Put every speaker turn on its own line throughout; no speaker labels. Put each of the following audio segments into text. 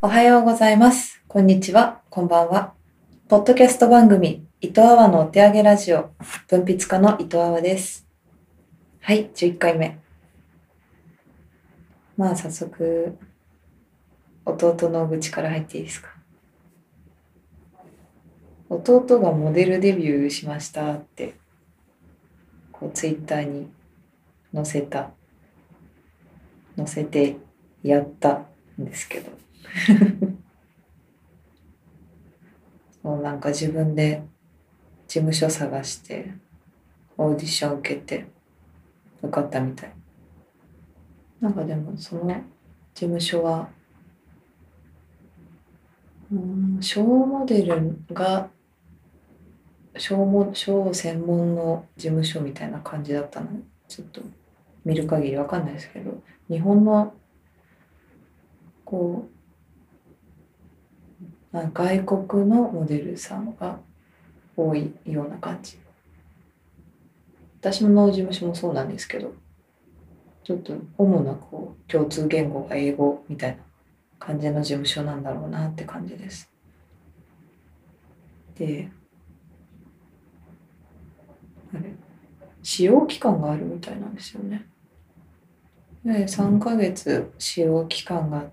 おはようございます。こんにちは。こんばんは。ポッドキャスト番組、糸あわのお手上げラジオ、文筆家の糸あわです。はい、11回目。まあ早速、弟の愚痴から入っていいですか。弟がモデルデビューしましたって、ツイッターに載せてやったんですけど、なんか自分で事務所探して、オーディション受けて、受かったみたい。なんかでもその事務所は小モデルが小専門の事務所みたいな感じだったの。ちょっと見る限りわかんないですけど、日本のこ外国のモデルさんが多いような感じ。私の事務所もそうなんですけど、ちょっと主な共通言語が英語みたいな感じの事務所なんだろうなって感じです。で、使用期間があるみたいなんですよね。で、3ヶ月使用期間があって、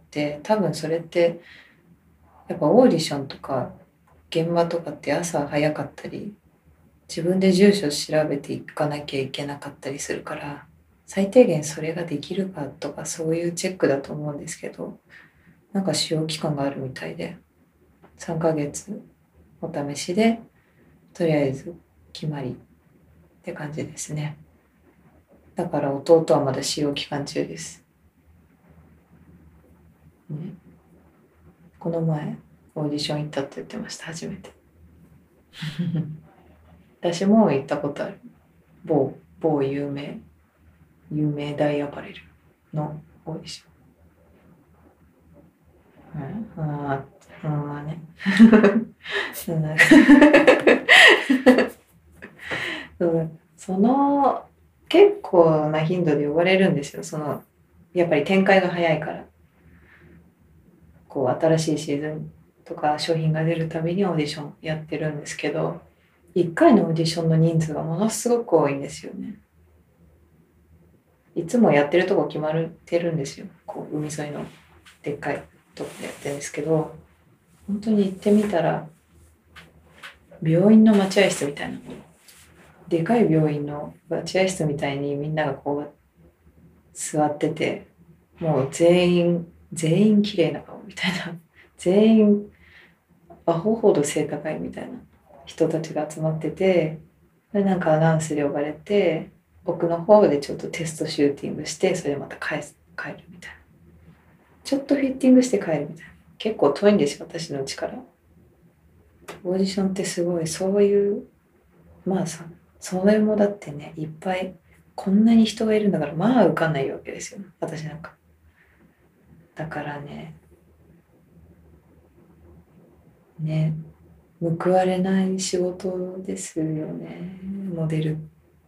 多分それってやっぱオーディションとか現場とかって朝早かったり、自分で住所調べていかなきゃいけなかったりするから、最低限それができるかとかそういうチェックだと思うんですけど、なんか使用期間があるみたいで、3ヶ月お試しでとりあえず決まりって感じですね。だから弟はまだ使用期間中です。ね、この前オーディション行ったって言ってました、初めて。私も行ったことある。某有名大アパレルのオーディション。うん、ね。その結構な頻度で呼ばれるんですよ。やっぱり展開が早いから。新しいシーズンとか商品が出るたびにオーディションやってるんですけど、1回のオーディションの人数がものすごく多いんですよね。いつもやってるとこ決まってるんですよ。海沿いのでっかいとこでやってるんですけど、本当に行ってみたら病院の待合室みたいな、でかい病院の待合室みたいにみんなが座ってて、もう全員綺麗な顔みたいな、全員アホほど背高いみたいな人たちが集まってて、でなんかアナウンスで呼ばれて、奥の方でちょっとテストシューティングして、それまた帰るみたいな。ちょっとフィッティングして帰るみたいな。結構遠いんですよ、私の家から。オーディションってすごい、そういう、まあさ、それもだってね、いっぱい、こんなに人がいるんだから、まあ受かんないわけですよ、私なんか。だからね、報われない仕事ですよね、モデル。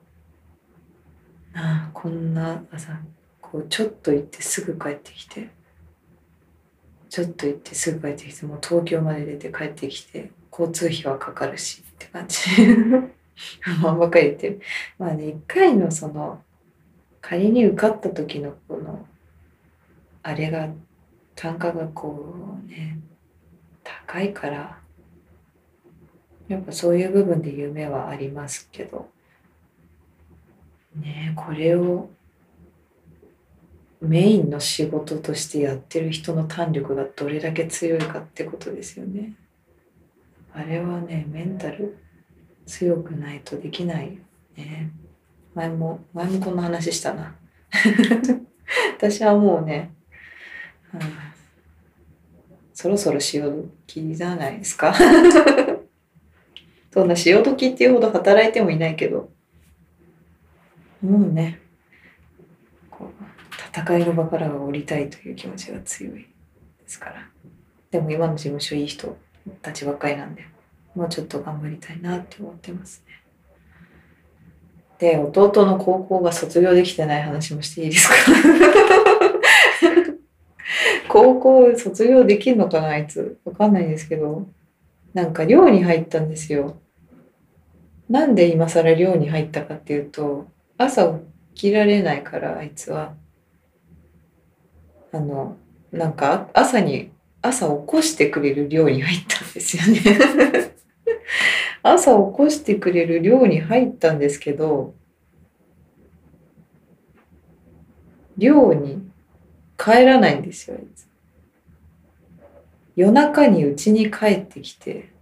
こんな朝、ちょっと行ってすぐ帰ってきて、ちょっと行ってすぐ帰ってきて、もう東京まで出て帰ってきて、交通費はかかるしって感じ。まあばっかり言ってる。まあね、一回の仮に受かった時のあれが、単価が高いから、やっぱそういう部分で夢はありますけど、ね、これをメインの仕事としてやってる人の胆力がどれだけ強いかってことですよね。あれはね、メンタル強くないとできないよね。前もこんな話したな。私はもうね、うん、そろそろ潮時じゃないですか。そんな潮時っていうほど働いてもいないけど、もうね、戦いの場からは降りたいという気持ちが強いですから。でも今の事務所いい人たちばっかりなんで、もうちょっと頑張りたいなって思ってますね。で、弟の高校が卒業できてない話もしていいですか？ 高校卒業できるのかなあいつ。わかんないんですけど、なんか寮に入ったんですよ。なんで今更寮に入ったかっていうと、朝起きられないからあいつは。あの、なんか朝起こしてくれる寮に入ったんですよね。朝起こしてくれる寮に入ったんですけど、寮に帰らないんですよ、あいつ。夜中に家に帰ってきて、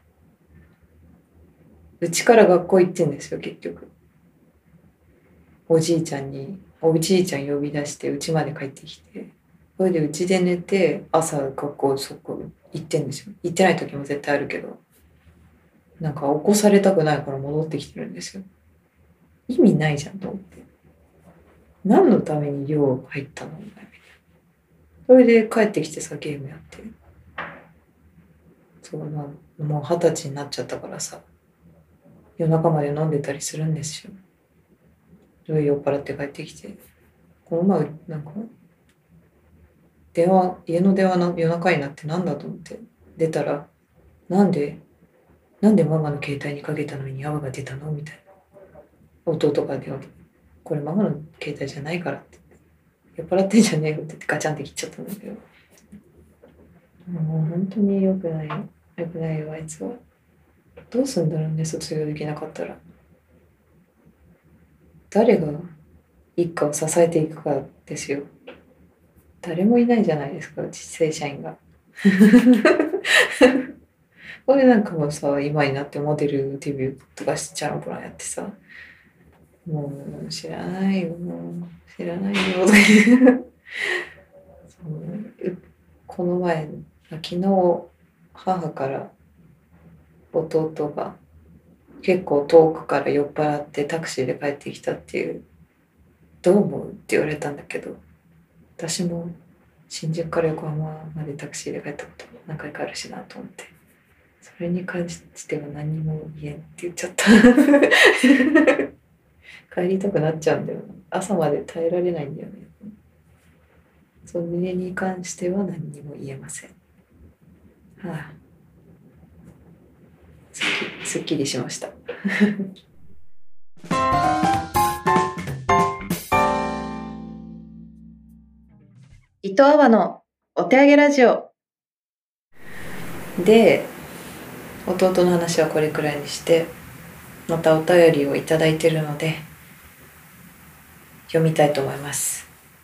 家から学校行ってんですよ、結局。おじいちゃん呼び出して家まで帰ってきて、それで家で寝て、朝学校そこ行ってんですよ。行ってない時も絶対あるけど、なんか起こされたくないから戻ってきてるんですよ。意味ないじゃんと思って。何のために寮入ったのみたいな。それで帰ってきてさ、ゲームやって。そうな、もう20歳になっちゃったからさ、夜中まで飲んでたりするんですよ。それで酔っ払って帰ってきて。この前、なんか、家の電話の夜中になってなんだと思って出たら、なんで、なんでママの携帯にかけたのに泡が出たのみたいな。弟が電話で、これママの携帯じゃないからって。酔っ払ってんじゃねえよって言ってガチャンって切っちゃったんだけど。もう本当に良くない。良くないよ、あいつは。どうすんだろうね、卒業できなかったら。誰が一家を支えていくかですよ。誰もいないじゃないですか、うち正社員が。これなんかもさ、今になってモデルデビューとかしてチャランポランやってさ、もう知らないよ、もう知らないよとか言うそうこの前、昨日母から弟が結構遠くから酔っ払ってタクシーで帰ってきたっていう、どう思うって言われたんだけど、私も新宿から横浜までタクシーで帰ったこと何回かあるしなと思って、それに関しては何にも言えんって言っちゃった。帰りたくなっちゃうんだよな。朝まで耐えられないんだよね。それに関しては何にも言えません。はあ、すっきりしました。伊藤阿波のお手上げラジオで、弟の話はこれくらいにして、またお便りをいただいているので読みたいと思います。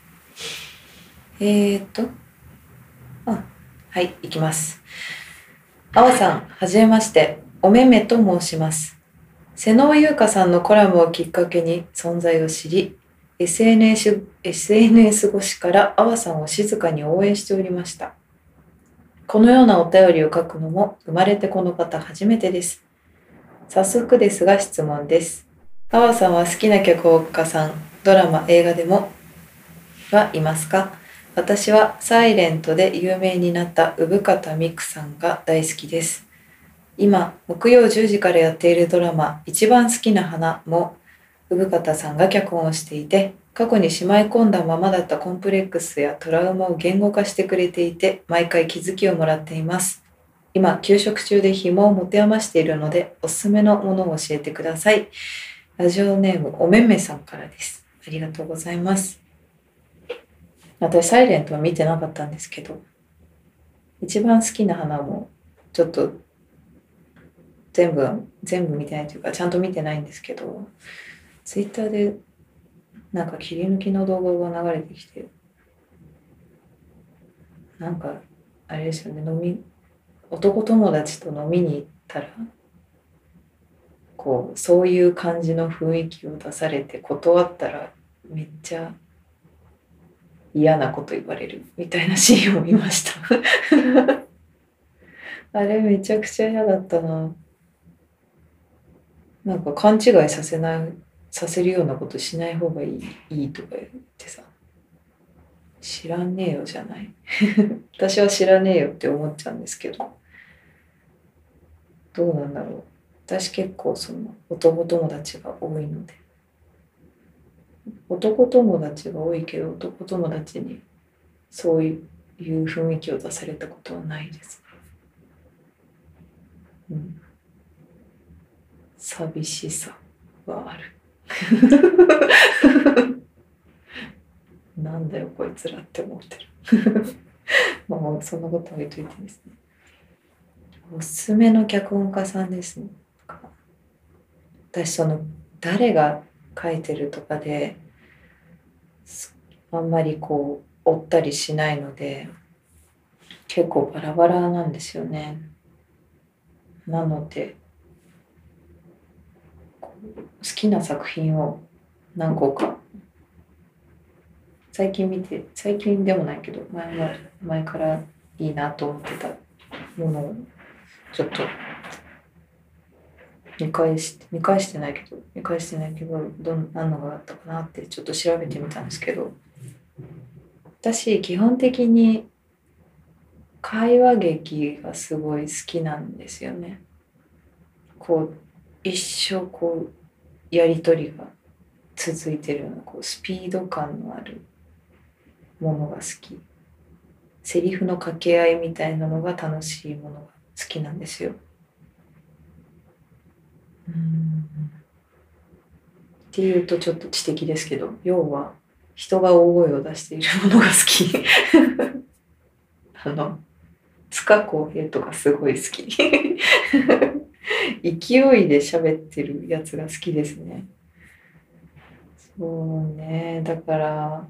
はい、いきます。阿波さん、はじめまして。おめめと申します。瀬能優香さんのコラムをきっかけに存在を知り、SNS 越しから阿波さんを静かに応援しておりました。このようなお便りを書くのも生まれてこの方初めてです。早速ですが質問です。阿波さんは好きな脚本家さん、ドラマ、映画でもはいますか？私はサイレントで有名になった産方美久さんが大好きです。今、木曜10時からやっているドラマ、一番好きな花も産方さんが脚本をしていて、過去にしまい込んだままだったコンプレックスやトラウマを言語化してくれていて、毎回気づきをもらっています。今、休職中で暇を持て余しているので、おすすめのものを教えてください。ラジオネームおめめさんからです。ありがとうございます。私、サイレントは見てなかったんですけど、一番好きな花もちょっと全部見てないというか、ちゃんと見てないんですけど、ツイッターでなんか切り抜きの動画が流れてきて、なんかあれですよね、男友達と飲みに行ったら、こうそういう感じの雰囲気を出されて断ったらめっちゃ嫌なこと言われるみたいなシーンを見ました。あれめちゃくちゃ嫌だったな。なんか勘違いさせるようなことしない方がいいとか言ってさ、知らねえよじゃない。私は知らねえよって思っちゃうんですけど、どうなんだろう。私結構その男友達が多いので、男友達が多いけど男友達にそういういう雰囲気を出されたことはないです。うん、寂しさはある。なんだよこいつらって思ってる。もうそんなことは置いといてですね。おすすめの脚本家さんですね。私誰が書いてるとかであんまりこう追ったりしないので結構バラバラなんですよね。なので好きな作品を何個か最近でもないけど前からいいなと思ってたものをちょっと見返してないけど何のがあったかなってちょっと調べてみたんですけど、私基本的に会話劇がすごい好きなんですよね。こう一生こうやり取りが続いてるようなこうスピード感のあるものが好き。セリフの掛け合いみたいなのが楽しいものが好きなんですよ。っていうとちょっと知的ですけど、要は人が大声を出しているものが好き。あの塚公平とかすごい好き。勢いで喋ってるやつが好きですね。そうね、だから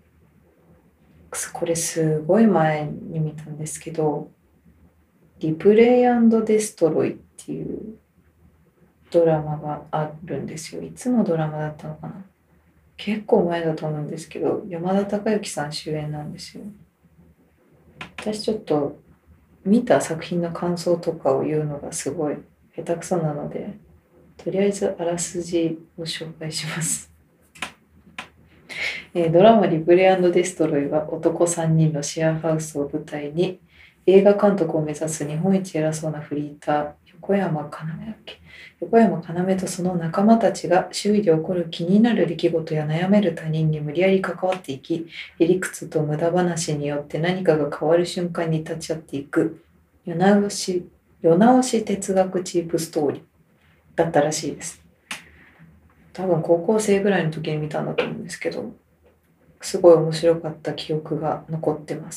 これすごい前に見たんですけど、リプレイデストロイっていうドラマがあるんですよ。いつのドラマだったのかな。結構前だと思うんですけど、山田孝之さん主演なんですよ。私ちょっと見た作品の感想とかを言うのがすごい下手くそなので、とりあえずあらすじを紹介します。ドラマ「リプレイデストロイ」は男3人のシェアハウスを舞台に映画監督を目指す日本一偉そうなフリーター横山要とその仲間たちが周囲で起こる気になる出来事や悩める他人に無理やり関わっていき、へりくつと無駄話によって何かが変わる瞬間に立ち会っていく世直し哲学チープストーリーだったらしいです。多分高校生ぐらいの時に見たんだと思うんですけど、すごい面白かった記憶が残ってます。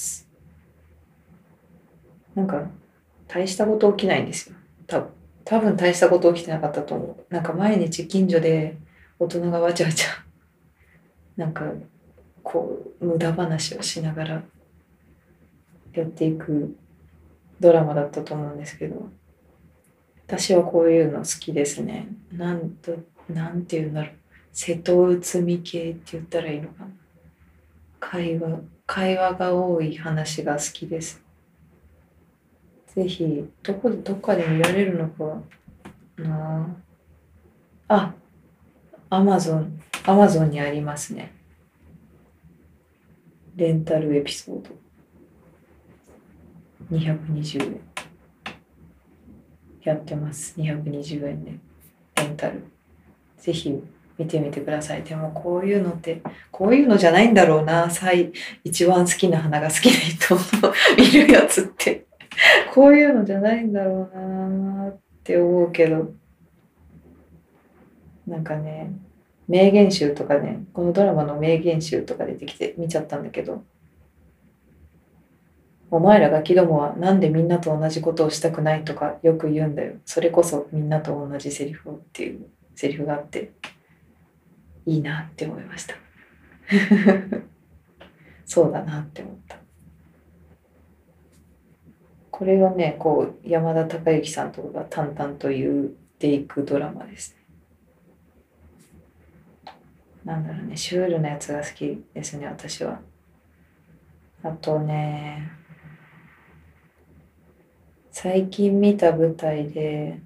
なんか大したこと起きないんですよ。多分大したこと起きてなかったと思う。なんか毎日近所で大人がわちゃわちゃなんかこう無駄話をしながらやっていくドラマだったと思うんですけど、私はこういうの好きですね。なんていうんだろう。瀬戸内海系って言ったらいいのかな。会話が多い話が好きです。ぜひ、どっかで見られるのかな。あ、アマゾンにありますね。レンタルエピソード。220円。やってます。220円で。レンタル。ぜひ見てみてください。でもこういうのって、こういうのじゃないんだろうな。一番好きな花が好きな人の見るやつって。こういうのじゃないんだろうなって思うけど。なんかね、名言集とかね、このドラマの名言集とか出てきて見ちゃったんだけど、お前らガキどもはなんでみんなと同じことをしたくないとかよく言うんだよ。それこそみんなと同じセリフをっていうセリフがあって、いいなって思いました。そうだなって思った。これはね、こう山田孝之さんとかが淡々と言っていくドラマですね。なんだろうね、シュールなやつが好きですね、私は。あとね、最近見た舞台で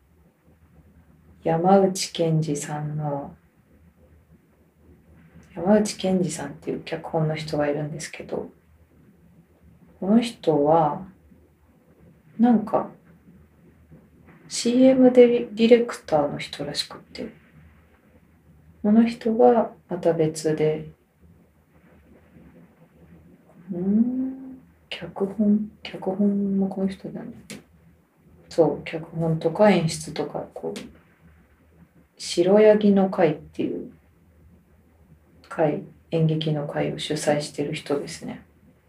山内健二さんっていう脚本の人がいるんですけど、この人はなんか CM でディレクターの人らしくって、この人がまた別で、 脚本もこの人だね。そう、脚本とか演出とか、こう、白ヤギの会っていう会、演劇の会を主催してる人ですね。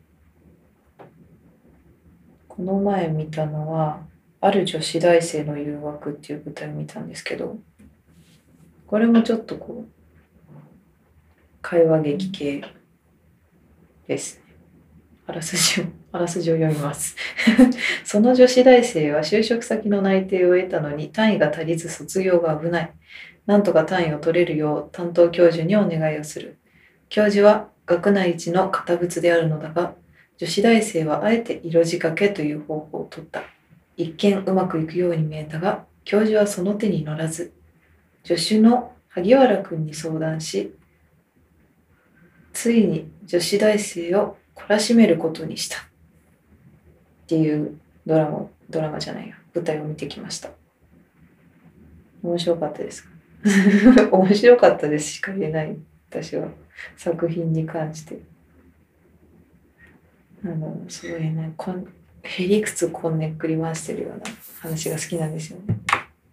この前見たのは、ある女子大生の誘惑っていう舞台を見たんですけど、これもちょっとこう、会話劇系ですね。あらすじを読みます。その女子大生は就職先の内定を得たのに単位が足りず卒業が危ない。なんとか単位を取れるよう担当教授にお願いをする。教授は学内一の堅物であるのだが、女子大生はあえて色仕掛けという方法を取った。一見うまくいくように見えたが、教授はその手に乗らず、助手の萩原くんに相談し、ついに女子大生を懲らしめることにしたっていうドラマじゃないや、舞台を見てきました。面白かったですか？面白かったですしか言えない。私は作品に関してすごいね、へりくつこんねっくり回してるような話が好きなんですよね。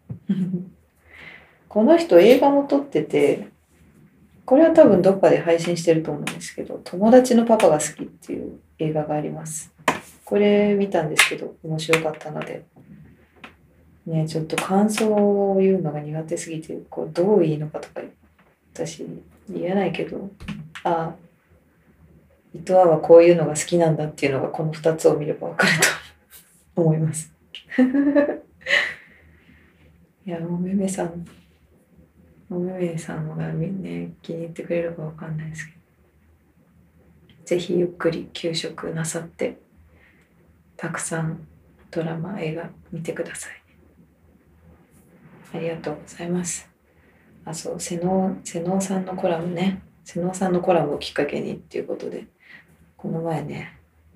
この人映画も撮ってて、これは多分どっかで配信してると思うんですけど、友達のパパが好きっていう映画があります。これ見たんですけど面白かったのでね、ちょっと感想を言うのが苦手すぎて、こうどういいのかとか私言えないけど、伊藤はこういうのが好きなんだっていうのがこの2つを見れば分かると思います。いや、おめめさんのがね、気に入ってくれるか分かんないですけど、ぜひゆっくり休息なさって、たくさんドラマ、映画見てください。ありがとうございます。そう、瀬能さんのコラムね。瀬能さんのコラムをきっかけにっていうことで、この前ね、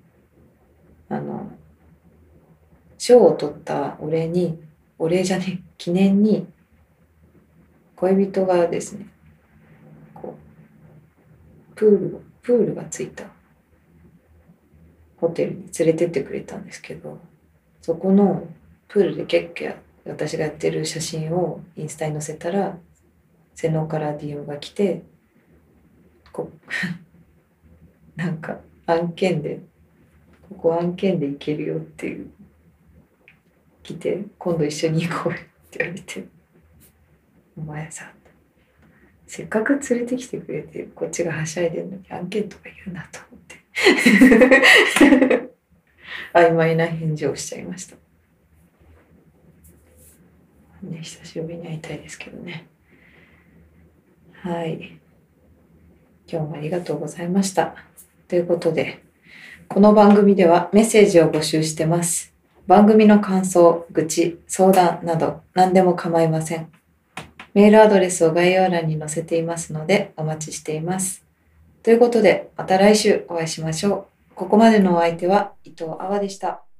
賞を取った記念に、恋人がですね、こう、プールがついたホテルに連れてってくれたんですけど、そこのプールで結構私がやってる写真をインスタに載せたら、瀬能から DM が来て、なんかここ案件で行けるよっていう来て、今度一緒に行こうよって言われて、お前さ、せっかく連れてきてくれてこっちがはしゃいでるのに案件とか言うなと思って曖昧な返事をしちゃいましたね。久しぶりに会いたいですけどね。はい、今日もありがとうございました。ということで、この番組ではメッセージを募集してます。番組の感想、愚痴、相談など何でも構いません。メールアドレスを概要欄に載せていますのでお待ちしています。ということで、また来週お会いしましょう。ここまでのお相手は伊藤あわでした。